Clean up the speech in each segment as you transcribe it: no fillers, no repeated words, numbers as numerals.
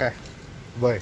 Oke, boy.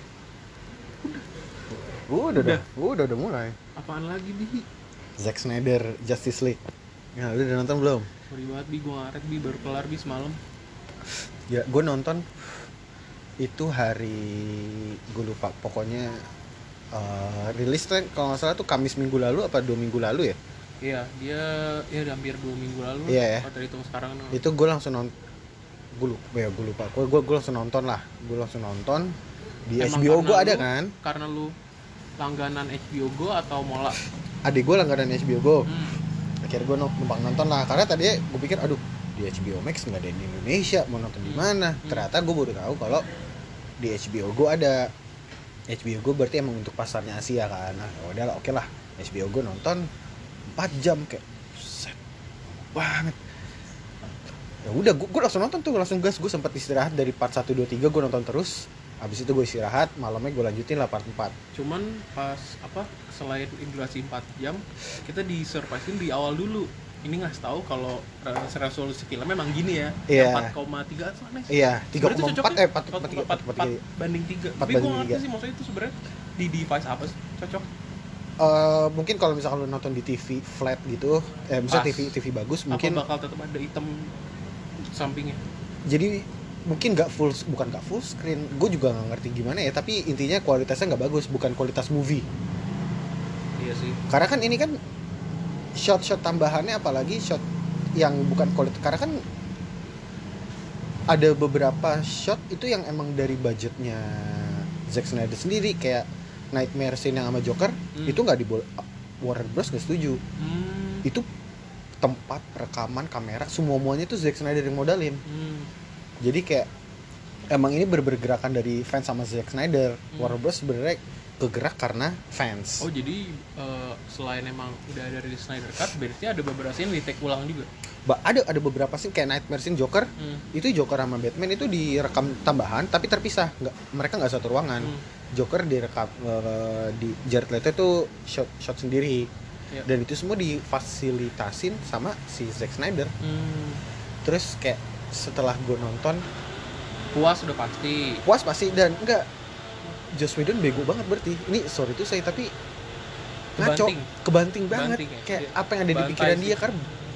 Udah mulai. Apaan lagi, Bi? Zack Snyder Justice League. Ya, lu udah nonton belum? Sorry banget, Bi, gue ngaret, Bi, baru kelar, Bi, semalam. Ya, gue nonton itu hari gue lupa. Pokoknya rilis tuh kalau nggak salah tuh Kamis minggu lalu apa 2 minggu lalu ya? Iya, dia udah hampir 2 minggu lalu. Iya ya. Kalau terhitung sekarang. Itu gue langsung nonton. Gue lupa. Gue langsung nonton lah. Gue langsung nonton di Emang HBO gue ada lu, kan? Karena lu langganan HBO Go atau mola? Adik gue langganan HBO Go. Hmm. Akhirnya gue numpang nonton lah. Karena tadi gue pikir aduh di HBO Max nggak ada di Indonesia, mau nonton di mana? Ternyata gue baru tahu kalau di HBO Go ada. HBO Go berarti emang untuk pasarnya Asia kan. Nah, udah lah, oke lah. HBO Go nonton 4 jam kayak set banget. Ya udah gue langsung nonton tuh, langsung gas. Gue sempat istirahat dari part 1 2 3 gue nonton terus. Habis itu gue istirahat, malamnya gue lanjutin lah part 4. Cuman pas selain durasi 4 jam, kita disurprisein di awal dulu. Ini ngasih tahu kalau resolusi filmnya memang gini ya. Iya. 4,3 atau aneh. Iya, 3,4 4 banding 3. 4 Tapi gue banding ngerti 3. sih maksudnya itu sebenarnya di device apa sih cocok? Mungkin kalau misalkan lu nonton di TV flat gitu, misalnya TV bagus, mungkin apa bakal tetap ada item sampingnya. jadi mungkin bukan nggak full screen. Gue juga nggak ngerti gimana ya, tapi intinya kualitasnya nggak bagus, bukan kualitas movie. Iya sih. Karena kan ini kan shot tambahannya, apalagi shot yang bukan kualitas. Karena kan ada beberapa shot itu yang emang dari budgetnya Zack Snyder sendiri, kayak Nightmare scene yang sama Joker itu nggak Warner Bros nggak setuju. Itu tempat rekaman kamera semuanya tuh Zack Snyder yang modalin. Jadi kayak emang ini bergerakan dari fans sama Zack Snyder. Warner Bros sebenarnya kegerak karena fans. Oh jadi selain emang udah ada dari Snyder Cut, berarti ada beberapa scene di take ulang juga. Ada beberapa scene kayak Nightmare scene Joker. Itu Joker sama Batman itu direkam tambahan tapi terpisah. Mereka nggak satu ruangan. Joker direkam di Jared Leto itu shot sendiri. Yeah. Dan itu semua difasilitasin sama si Zack Snyder. Terus kayak setelah gue nonton puas pasti dan enggak, Joss Whedon bego banget berarti. Ini sorry tuh saya tapi ngaco, kebanting banget ya? Kayak apa yang ada di pikiran dia. Karena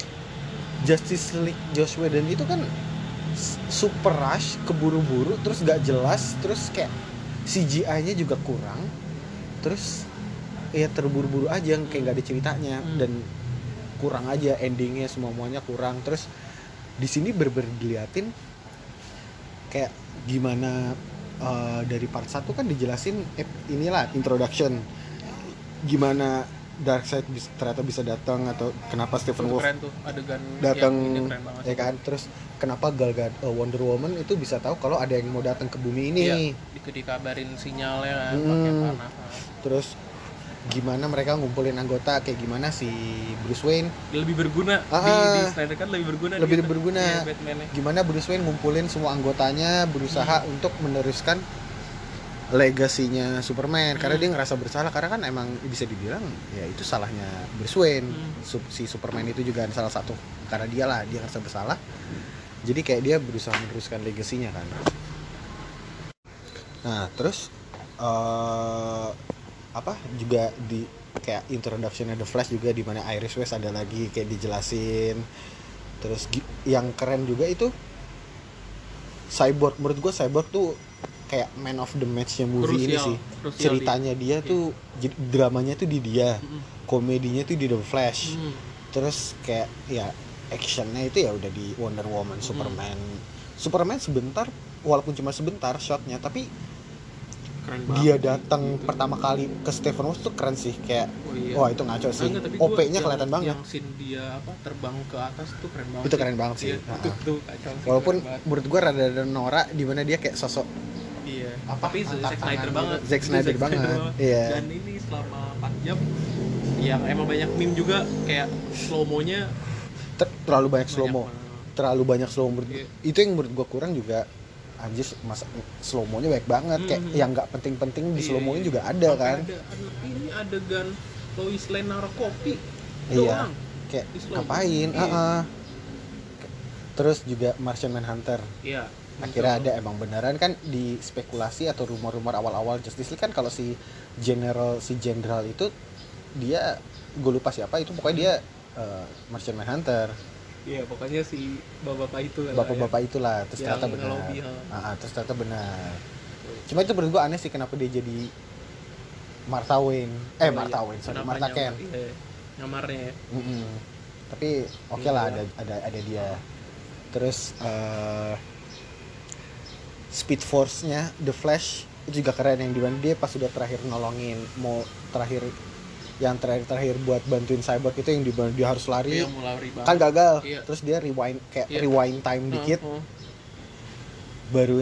Justice League Joss Whedon itu kan super rush, keburu-buru, terus gak jelas, terus kayak CGI-nya juga kurang, terus ya terburu-buru aja, kayak gak ada ceritanya dan kurang aja endingnya, semuanya kurang. Terus di sini diliatin kayak gimana dari part 1 kan dijelasin inilah introduction gimana Darkseid ternyata bisa datang, atau kenapa Stephen Wolf datang ya kan. Terus kenapa Wonder Woman itu bisa tahu kalau ada yang mau datang ke bumi ini. Iya, dikabarin sinyalnya kan pakai panah. Terus gimana mereka ngumpulin anggota, kayak gimana si Bruce Wayne lebih berguna di Snyder kan lebih berguna gimana Bruce Wayne ngumpulin semua anggotanya, berusaha untuk meneruskan legasinya Superman. Karena dia ngerasa bersalah, karena kan emang bisa dibilang ya itu salahnya Bruce Wayne. Si Superman itu juga salah satu karena dia ngerasa bersalah, jadi kayak dia berusaha meneruskan legasinya kan. Nah terus juga di kayak introduction-nya The Flash juga, di mana Iris West ada lagi kayak dijelasin. Terus yang keren juga itu Cyborg. Menurut gue Cyborg tuh kayak man of the match-nya movie ini sih. Ceritanya dia tuh dramanya tuh di dia, komedinya tuh di The Flash. Terus kayak ya actionnya itu ya udah di Wonder Woman, Superman sebentar, walaupun cuma sebentar shotnya, tapi dia datang pertama kali ke Stephen Wolf tuh keren sih. Kayak wah itu ngaco sih. OP-nya kelihatan banget. Yang scene dia terbang ke atas tuh keren banget. Itu keren banget sih. Itu kacau sih. Walaupun menurut gua rada norak di mana dia kayak sosok tapi Zack Snyder banget. Zack Snyder banget. Iya. Dan ini selama 4 jam yang emang banyak meme juga, kayak slow-mo-nya terlalu banyak slow-mo. Itu yang menurut gua kurang juga. Anjir, masa slow-mo-nya banyak banget. Kayak yang gak penting-penting di slow-mo-nya juga ada kan. Ini adegan Lois Lane naruh kopi doang. Kayak ngapain? Terus juga Martian Manhunter. Iya. akhirnya ada emang beneran kan di spekulasi atau rumor-rumor awal-awal Justice League kan kalau si General itu dia gue lupa siapa itu pokoknya dia Martian Manhunter. Iya, pokoknya si bapak-bapak itulah terus ternyata benar. Terus ternyata benar. Cuma itu menurut gue aneh sih kenapa dia jadi Martha Wayne. Martha Kent. Iya, nyamarnya ya. Tapi oke lah ada dia. Terus Speed Force-nya The Flash itu juga keren yang dimana dia pas sudah terakhir nolongin yang terakhir buat bantuin Cyborg itu yang dimana dia harus lari, kan gagal, terus dia rewind time dikit, baru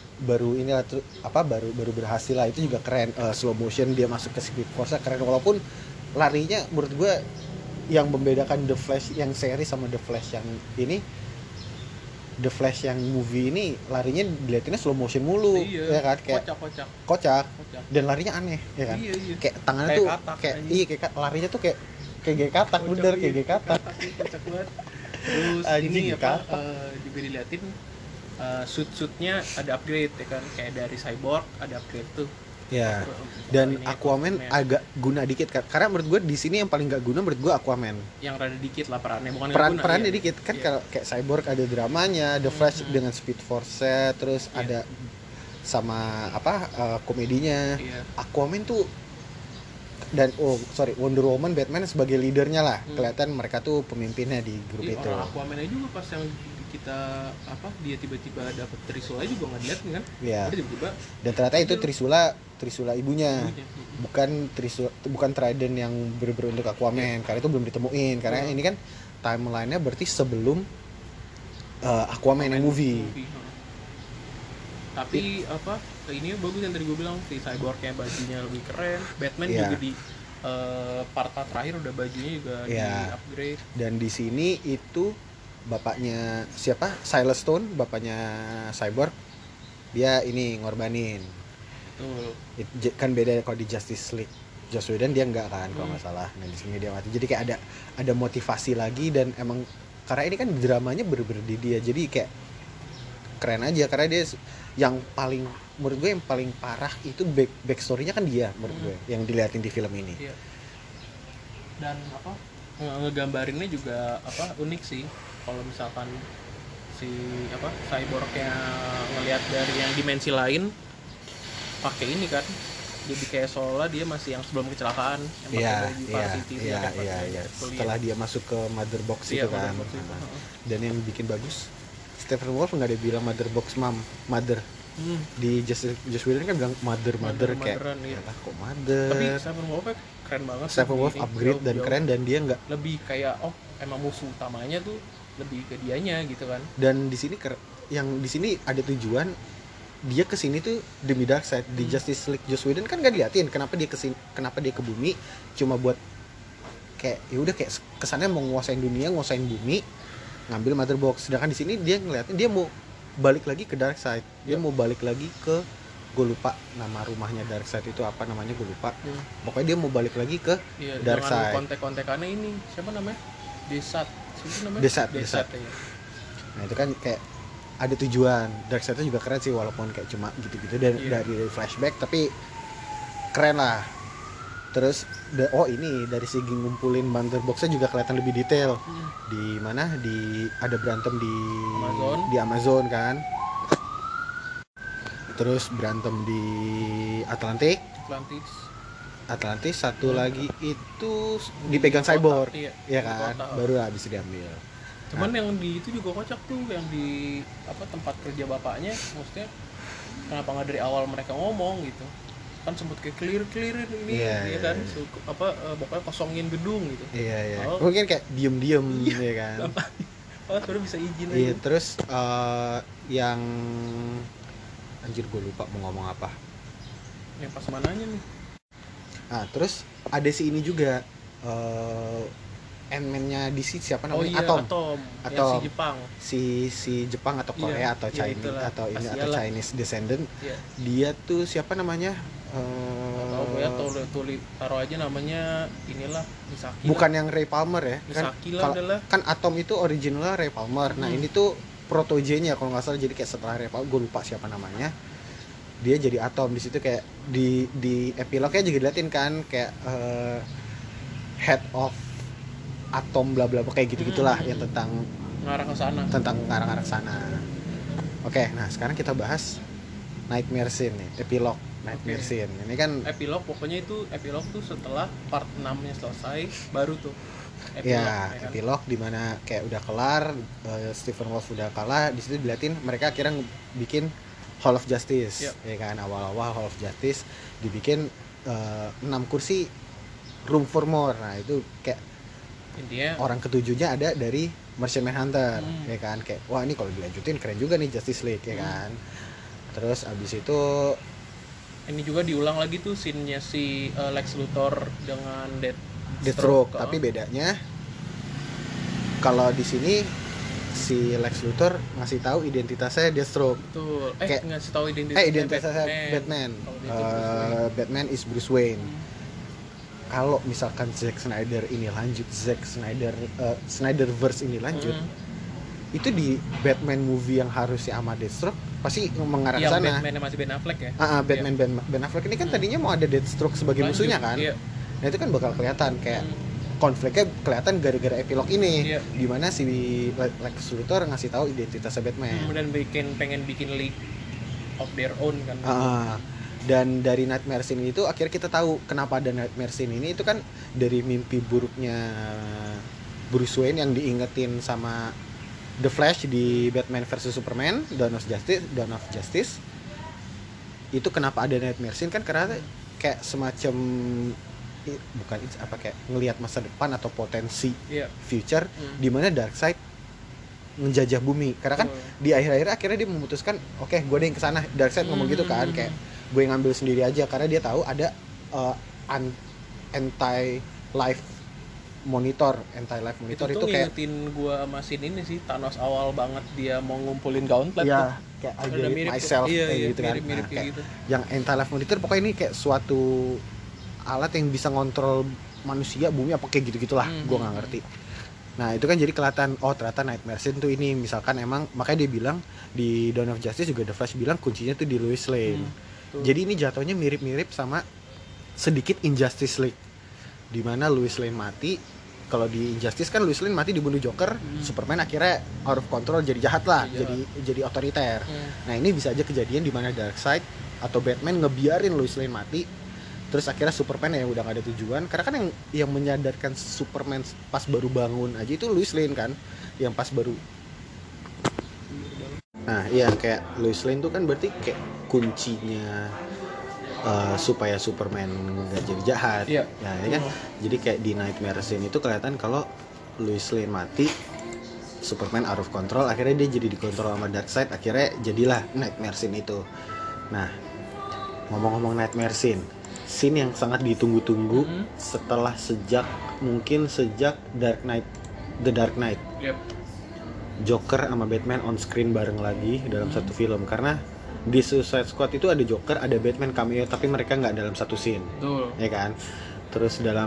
berhasil lah, itu juga keren. Slow motion dia masuk ke Speed Force keren, walaupun larinya menurut gue yang membedakan The Flash yang seri sama The Flash yang ini, The Flash yang movie ini larinya dilihatinnya slow motion mulu, ya kan, kayak kocak dan larinya aneh, ya kan, kayak tangannya kayak tuh katak, kayak larinya tuh kayak gaya katak, bener kayak gaya katak. Kocak banget. Terus ini juga diliatin suit-suitnya ada upgrade ya kan, kayak dari Cyborg ada upgrade tuh. Ya, dan Aquaman agak guna dikit kan, karena menurut gue di sini yang paling gak guna menurut gue Aquaman. Yang rada dikit lah perannya, bukan perannya dikit kan. Kalau kayak Cyborg ada dramanya, The Flash dengan Speed Force, terus ada sama komedinya. Aquaman tuh Wonder Woman, Batman sebagai leadernya lah, kelihatan mereka tuh pemimpinnya di grup itu. Aquaman aja juga pas yang kita dia tiba-tiba dapat Trisula juga nggak dilihat kan? Iya. Tiba-tiba. Dan ternyata itu Trisula ibunya. Bukan Trident yang untuk Aquaman, karena itu belum ditemuin. Karena ini kan timeline-nya berarti sebelum Aquaman yang movie. Tapi ini bagus yang tadi gue bilang, si Cyborg-nya bajunya lebih keren, Batman juga di part-part terakhir udah bajunya juga di-upgrade. Dan di sini itu bapaknya siapa? Silas Stone, bapaknya Cyborg. Dia ini ngorbanin. Betul. Kan beda kalau di Justice League. Joss Whedon dia enggak kan kalau nggak salah. Nah di sini dia mati. Jadi kayak ada motivasi lagi, dan emang karena ini kan dramanya bener-bener di dia. Jadi kayak keren aja karena dia yang paling, menurut gue yang paling parah itu backstory-nya kan dia menurut gue yang dilihatin di film ini. Iya. Dan ngegambarinnya juga unik sih. Kalau misalkan si Cyborg-nya ngelihat dari yang dimensi lain pakai ini kan, jadi kayak seolah dia masih yang sebelum kecelakaan yang pakai baju varsity. Setelah dia masuk ke Mother Box itu kan. Dan yang bikin bagus, Stephen Wolf nggak ada bilang Mother Box Mother. Di Joss Whedon kan bilang mother kayak kok Mother. Tapi Stephen Wolf keren banget. Stephen Wolf upgrade dan keren, dan dia nggak lebih kayak emang musuh utamanya tuh lebih ke dianya gitu kan. Dan di sini yang di sini ada tujuan, dia kesini tuh demi Darkseid. Di Justice League Joss Whedon kan nggak diliatin kenapa dia kesini, kenapa dia ke bumi, cuma buat kayak ya udah kayak kesannya mau nguasain dunia, nguasain bumi, ngambil Mother Box. Sedangkan di sini dia ngeliatin dia mau balik lagi ke Darkseid, dia mau balik lagi ke, gue lupa nama rumahnya Darkseid itu apa namanya, gue lupa. Pokoknya dia mau balik lagi ke Darkseid. Dengan kontek-kontekannya ini siapa namanya? Desat. Ya. Nah itu kan kayak ada tujuan. Darkseid itu juga keren sih, walaupun kayak cuma gitu-gitu dari flashback, tapi keren lah. Terus ini dari segi ngumpulin Mother Box-nya juga kelihatan lebih detail. Di mana ada berantem di Amazon kan. Terus berantem di Atlantis. Satu lagi itu dipegang Cyborg, ya kan, baru lah bisa diambil. Cuman yang di itu juga kocak tuh, yang di tempat kerja bapaknya, maksudnya kenapa nggak dari awal mereka ngomong gitu? Kan sempet kayak clear ini, kan, pokoknya kosongin gedung gitu. Iya. Mungkin kayak diem ya kan. Baru bisa izin aja. Iya, terus yang anjir gue lupa mau ngomong apa. Yang pas mananya nih? Terus ada si ini juga Ant-Man-nya DC siapa namanya? Atom. Si Jepang. Si Jepang atau Korea atau Chinese atau ini atau Chinese descendant. Dia tuh siapa namanya? Tahu ya, taruh aja namanya inilah Misaki. Bukan yang Ray Palmer ya. Misaki kan Atom itu originalnya Ray Palmer. Nah, ini tuh protogennya kalau nggak salah, jadi kayak setelah Repa, gue lupa siapa namanya, dia jadi Atom. Di situ kayak di epilognya juga diliatin kan kayak head of Atom bla bla kayak gitu-gitulah yang tentang ngarah ke sana. Tentang ngarah ke sana. Oke, nah sekarang kita bahas Nightmare Scene nih, epilog Nightmare Scene. Ini kan epilog, pokoknya itu epilog tuh setelah part 6-nya selesai baru tuh epilog, ya kan? epilog dimana kayak udah kelar, Stephen Wolf udah kalah, di situ diliatin mereka akhirnya bikin Hall of Justice, ya kan, awal-awal Hall of Justice dibikin 6 kursi Room for More. Nah itu kayak intinya orang ketujuhnya ada dari Martian Manhunter, ya kan, kayak wah ini kalau dilanjutin keren juga nih Justice League, ya kan. Terus abis itu ini juga diulang lagi tuh scene-nya si Lex Luthor dengan Deathstroke, tapi bedanya kalau di sini si Lex Luthor ngasih tahu identitasnya Deathstroke. Betul. Kayak ngasih tahu identitasnya Batman. Batman is Bruce Wayne. Kalau misalkan Zack Snyder ini lanjut, Snyderverse ini lanjut, itu di Batman movie yang harusnya sama Deathstroke pasti mengarah ke sana. Batman masih Ben Affleck ya. Batman Ben Affleck ini kan tadinya mau ada Deathstroke sebagai musuhnya kan. Nah itu kan bakal kelihatan kayak konfliknya kelihatan gara-gara epilog ini, di mana si Lex Luthor ngasih tahu identitasnya Batman. Dan pengen bikin League of their own kan. Dan dari Nightmare Scene itu akhirnya kita tahu kenapa ada Nightmare Scene ini, itu kan dari mimpi buruknya Bruce Wayne yang diingetin sama The Flash di Batman vs Superman Dawn of Justice. Itu kenapa ada Nightmare Scene kan karena kayak semacam kayak ngelihat masa depan atau potensi future di mana Darkseid menjajah bumi. Karena kan di akhir-akhir akhirnya dia memutuskan oke, gue ada yang kesana. Darkseid ngomong gitu kan, kayak gue ngambil sendiri aja karena dia tahu ada anti-life monitor itu kayak ngingetin gue masin ini sih, Thanos awal banget dia mau ngumpulin gauntlet ya, kayak I get it myself kayak gitu kan. Mirip kayak gitu. Yang anti-life monitor pokoknya ini kayak suatu alat yang bisa ngontrol manusia, bumi apa kayak gitu-gitulah, gue nggak ngerti. Nah itu kan jadi kelihatan ternyata Nightmare Scene tuh ini misalkan emang, makanya dia bilang di Dawn of Justice juga The Flash bilang kuncinya tuh di Lois Lane. Jadi ini jatuhnya mirip-mirip sama sedikit Injustice League, dimana Lois Lane mati. Kalau di Injustice kan Lois Lane mati dibunuh Joker, Superman akhirnya out of control jadi jahat lah, jadi otoriter. Nah ini bisa aja kejadian dimana Darkseid atau Batman ngebiarin Lois Lane mati, terus akhirnya Superman yang udah gak ada tujuan, karena kan yang menyadarkan Superman pas baru bangun aja itu Lois Lane kan, yang pas baru. Nah iya, kayak Lois Lane tuh kan berarti kayak kuncinya supaya Superman nggak jadi jahat. Nah ini kan jadi kayak di Nightmare Scene itu kelihatan kalau Lois Lane mati, Superman out of control, akhirnya dia jadi dikontrol sama Darkseid, akhirnya jadilah Nightmare Scene itu. Nah ngomong-ngomong Nightmare Scene yang sangat ditunggu-tunggu setelah sejak The Dark Knight. Joker sama Batman on screen bareng lagi dalam satu film, karena di Suicide Squad itu ada Joker, ada Batman cameo, tapi mereka nggak dalam satu scene. Ya kan. Terus dalam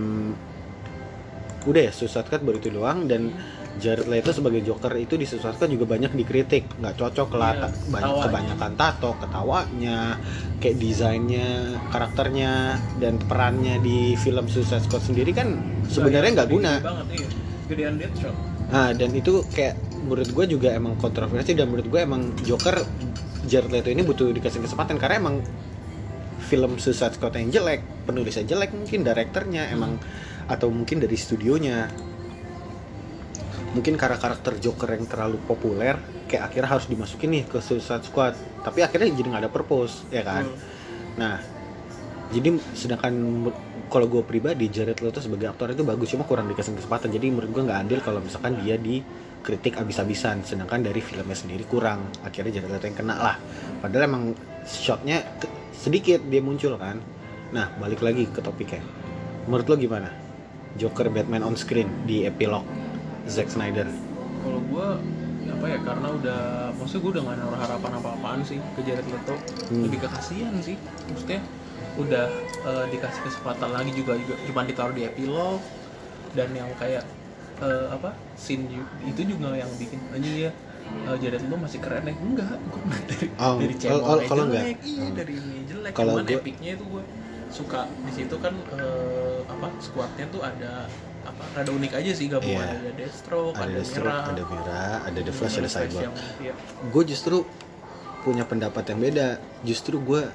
Suicide Squad baru itu doang, dan Jared Leto sebagai Joker itu di Suicide Squad juga banyak dikritik, nggak cocok lah, kebanyakan tato, ketawanya, kayak desainnya, karakternya, dan perannya di film Suicide Squad sendiri kan sebenarnya nggak guna. Gedean Deathstroke. Nah dan itu kayak menurut gue juga emang kontroversi, dan menurut gue emang Joker Jared Leto ini butuh dikasih kesempatan, karena emang film Suicide Squad yang jelek, penulisnya jelek, mungkin direkturnya emang, atau mungkin dari studionya, mungkin karakter Joker yang terlalu populer kayak akhirnya harus dimasukin nih ke Suicide Squad, tapi akhirnya jadi nggak ada purpose, ya kan. Nah jadi sedangkan kalau gue pribadi Jared Leto sebagai aktor itu bagus, cuma kurang dikasih kesempatan. Jadi menurut gue nggak adil kalau misalkan dia dikritik abis-abisan, sedangkan dari filmnya sendiri kurang, akhirnya Jared Leto yang kena lah. Padahal emang shotnya sedikit dia muncul kan. Nah balik lagi ke topiknya, menurut lo gimana Joker Batman on screen di epilog Zack Snyder? Kalau gue karena maksudnya gue udah gak naruh harapan apa-apaan sih ke Jared Leto. Lebih ke kasihan sih, maksudnya udah dikasih kesempatan lagi juga cuma ditaruh di epilog, dan yang kayak scene itu juga yang bikin anjing ya Jared Leto masih keren ya. Enggak, gue dari kalau enggak. Iya, dari ini jelek. Kalau cuman epicnya itu gue suka di situ kan, squadnya tuh ada rada unik aja sih gabungan. Ada Deathstroke, ada Mira, ada The Flash, ada Cyborg. Iya. Gue justru punya pendapat yang beda. Justru gue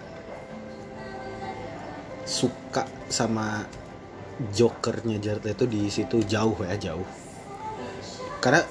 suka sama Jokernya Jared Leto di situ jauh. Karena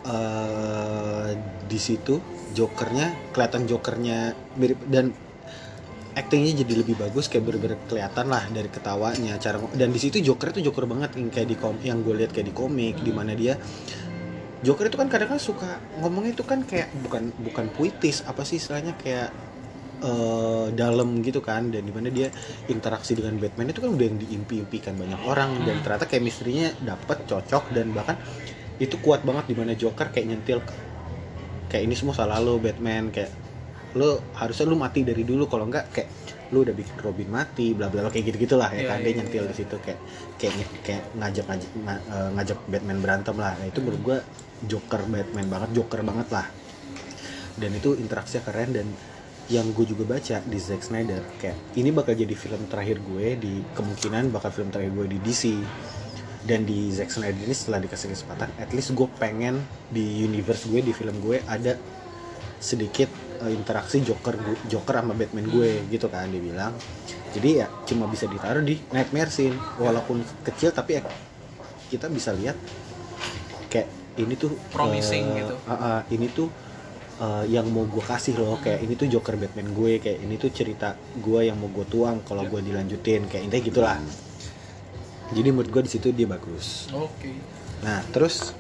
di situ kelihatan Jokernya mirip dan actingnya jadi lebih bagus, kayak bener-bener kelihatan lah dari ketawanya, dan di situ Joker itu Joker banget yang kayak yang gue lihat kayak di komik, di mana dia Joker itu kan kadang-kadang suka ngomongnya itu kan kayak bukan puitis, apa sih istilahnya, kayak dalam gitu kan, dan dimana dia interaksi dengan Batman itu kan udah yang diimpi-impikan banyak orang, dan ternyata chemistry-nya dapet, cocok, dan bahkan itu kuat banget, dimana Joker kayak nyentil kayak ini semua salah lo Batman, kayak lo harusnya lo mati dari dulu, kalau enggak kayak lo udah bikin Robin mati, bla bla kayak gitu-gitulah ya kan. Dia nyentil di situ kayak ngajak Batman berantem lah. Nah, itu menurut gue Joker banget lah, dan itu interaksinya keren. Dan yang gue juga baca di Zack Snyder, kayak ini bakal jadi film terakhir gue kemungkinan bakal film terakhir gue di DC. Dan di Zack Snyder ini setelah dikasih kesempatan, at least gue pengen di universe gue, di film gue ada sedikit interaksi Joker sama Batman gue gitu kan, dia bilang. Jadi ya cuma bisa ditaruh di Nightmare Scene, walaupun kecil, tapi ya kita bisa lihat kayak ini tuh promising gitu. Ini tuh yang mau gue kasih loh, kayak ini tuh Joker Batman gue, kayak ini tuh cerita gue yang mau gue tuang kalau gue dilanjutin, kayak intinya gitulah. Jadi menurut gue di situ dia bagus. Oke. Nah terus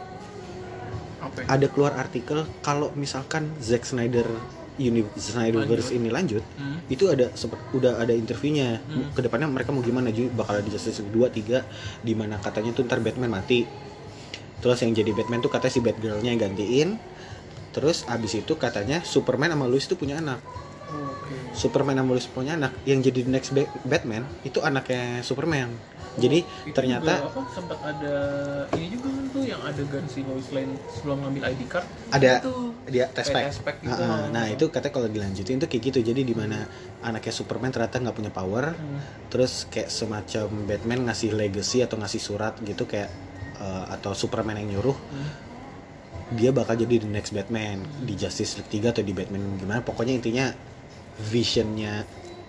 ada keluar artikel kalau misalkan Zack Snyderverse ini lanjut, itu udah ada interviewnya. Kedepannya mereka mau gimana, bakal ada Justice League 2, 3, di mana katanya tuh ntar Batman mati. Terus yang jadi Batman tuh katanya si Batgirl-nya yang gantiin. Terus abis itu katanya Superman sama Lois tuh punya anak. Superman sama Lois punya anak, yang jadi next Batman itu anaknya Superman. Jadi ternyata sempat ada ini juga kan tuh yang adegan si Lois Lane sebelum ngambil ID card. Ada itu dia test pack gitu. Nah itu katanya kalau dilanjutin tuh kayak gitu. Jadi di mana anaknya Superman ternyata nggak punya power, terus kayak semacam Batman ngasih legacy atau ngasih surat gitu kayak atau Superman yang nyuruh. Dia bakal jadi the next Batman di Justice League 3 atau di Batman gimana, pokoknya intinya vision ya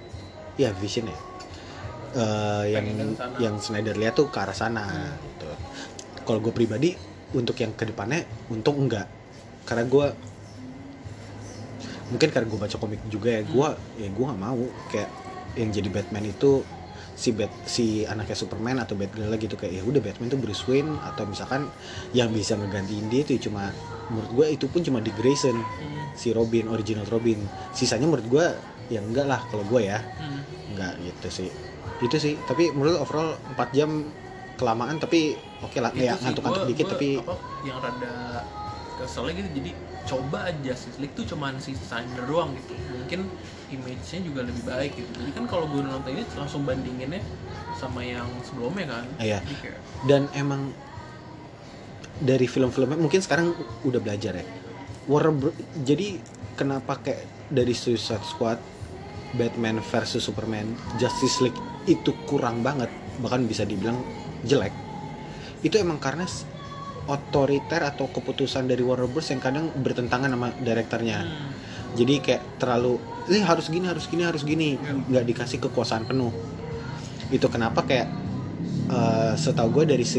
yang Snyder lihat tuh ke arah sana gitu. Kalau gue pribadi untuk yang kedepannya untung enggak, karena gue mungkin karena gue baca komik juga ya, gue nggak mau kayak yang jadi Batman itu si anaknya Superman atau Batgirl gitu, kayak ya udah Batman tuh Bruce Wayne, atau misalkan yang bisa ngegantiin dia itu cuma, menurut gue itu pun cuma Dick Grayson, si Robin, original Robin. Sisanya menurut gue ya enggak lah kalau gue ya. Enggak gitu sih. Itu sih, tapi menurut overall 4 jam kelamaan, tapi oke lah, ya ngantuk-ngantuk dikit tapi yang rada keselnya gitu. Jadi coba Justice League tuh cuman si Snyder doang gitu, mungkin image-nya juga lebih baik gitu. Jadi kan kalau gue nonton ini langsung bandinginnya sama yang sebelumnya kan. Iya. Dan emang dari film-filmnya mungkin sekarang udah belajar ya. Jadi kenapa kayak dari Suicide Squad, Batman versus Superman, Justice League itu kurang banget, bahkan bisa dibilang jelek. Itu emang karena otoriter atau keputusan dari Warner Bros yang kadang bertentangan sama direkturnya. Jadi kayak terlalu harus gini, nggak dikasih kekuasaan penuh. Itu kenapa kayak setahu gue dari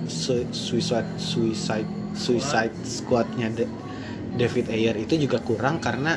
Suicide Squad-nya David Ayer itu juga kurang karena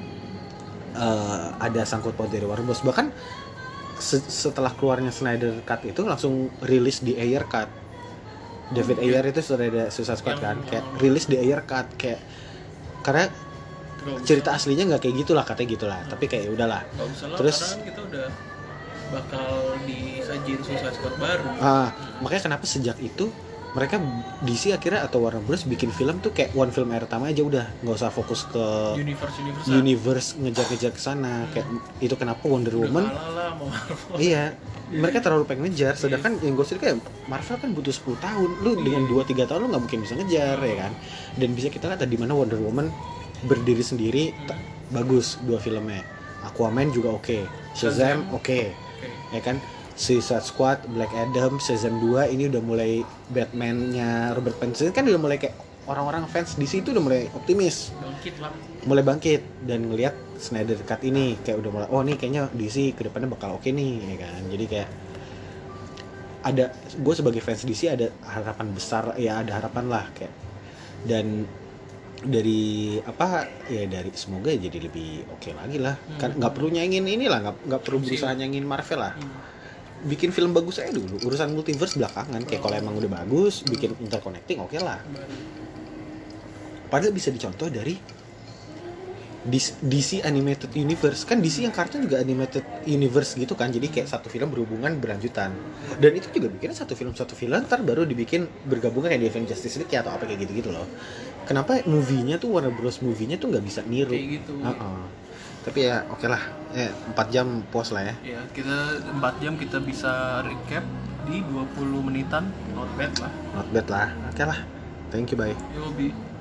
ada sangkut paut dari Warner Bros. Bahkan setelah keluarnya Snyder Cut itu langsung rilis di Ayer Cut. David Ayer itu sudah ada Suicide Squad kan, kayak rilis di Ayer Cut, kayak karena cerita aslinya nggak kayak gitulah, katanya gitulah. Tapi kayak ya udahlah. Terus karena kita udah bakal disajin Suicide Squad baru. Makanya kenapa sejak itu mereka DC akhirnya atau Warner Bros bikin film tuh kayak one film pertama aja udah, nggak usah fokus ke universe ngejar-ngejar ke sana. Kayak itu kenapa Wonder Woman iya mereka terlalu pengen ngejar, sedangkan yang gue sih kayak Marvel kan butuh 10 tahun, lu dengan 2-3 tahun lu nggak mungkin bisa ngejar ya kan. Dan bisa kita lihat di mana Wonder Woman berdiri sendiri bagus 2 filmnya, Aquaman juga oke, Shazam oke. Ya kan, Suicide Squad, Black Adam, Shazam 2 ini udah mulai, Batman-nya Robert Pattinson kan udah mulai kayak orang-orang fans di situ udah mulai optimis, mulai bangkit dan ngelihat Snyder Cut ini kayak udah mulai oh nih kayaknya DC kedepannya bakal oke nih ya kan. Jadi kayak ada, gue sebagai fans DC ada harapan besar ya, ada harapan lah kayak, dan dari apa ya, dari semoga jadi lebih oke lagi lah. Kan nggak perlu nyaingin inilah, nggak perlu berusaha nyaingin Marvel lah. Bikin film bagus aja dulu, urusan multiverse belakangan. Kayak kalau emang udah bagus bikin interconnecting oke lah. Padahal bisa dicontoh dari DC Animated Universe, kan DC yang kartun juga Animated Universe gitu kan, jadi kayak satu film berhubungan berlanjutan, dan itu juga bikinnya satu film ntar baru dibikin bergabungan kayak di Avengers Justice League atau apa kayak gitu loh. Kenapa movie-nya tuh Warner Bros movie-nya tuh nggak bisa niru kayak gitu. Tapi ya oke lah, 4 jam puas lah ya. Ya kita 4 jam kita bisa recap di 20 menitan, not bad lah. Oke lah, thank you, bye. Yobi.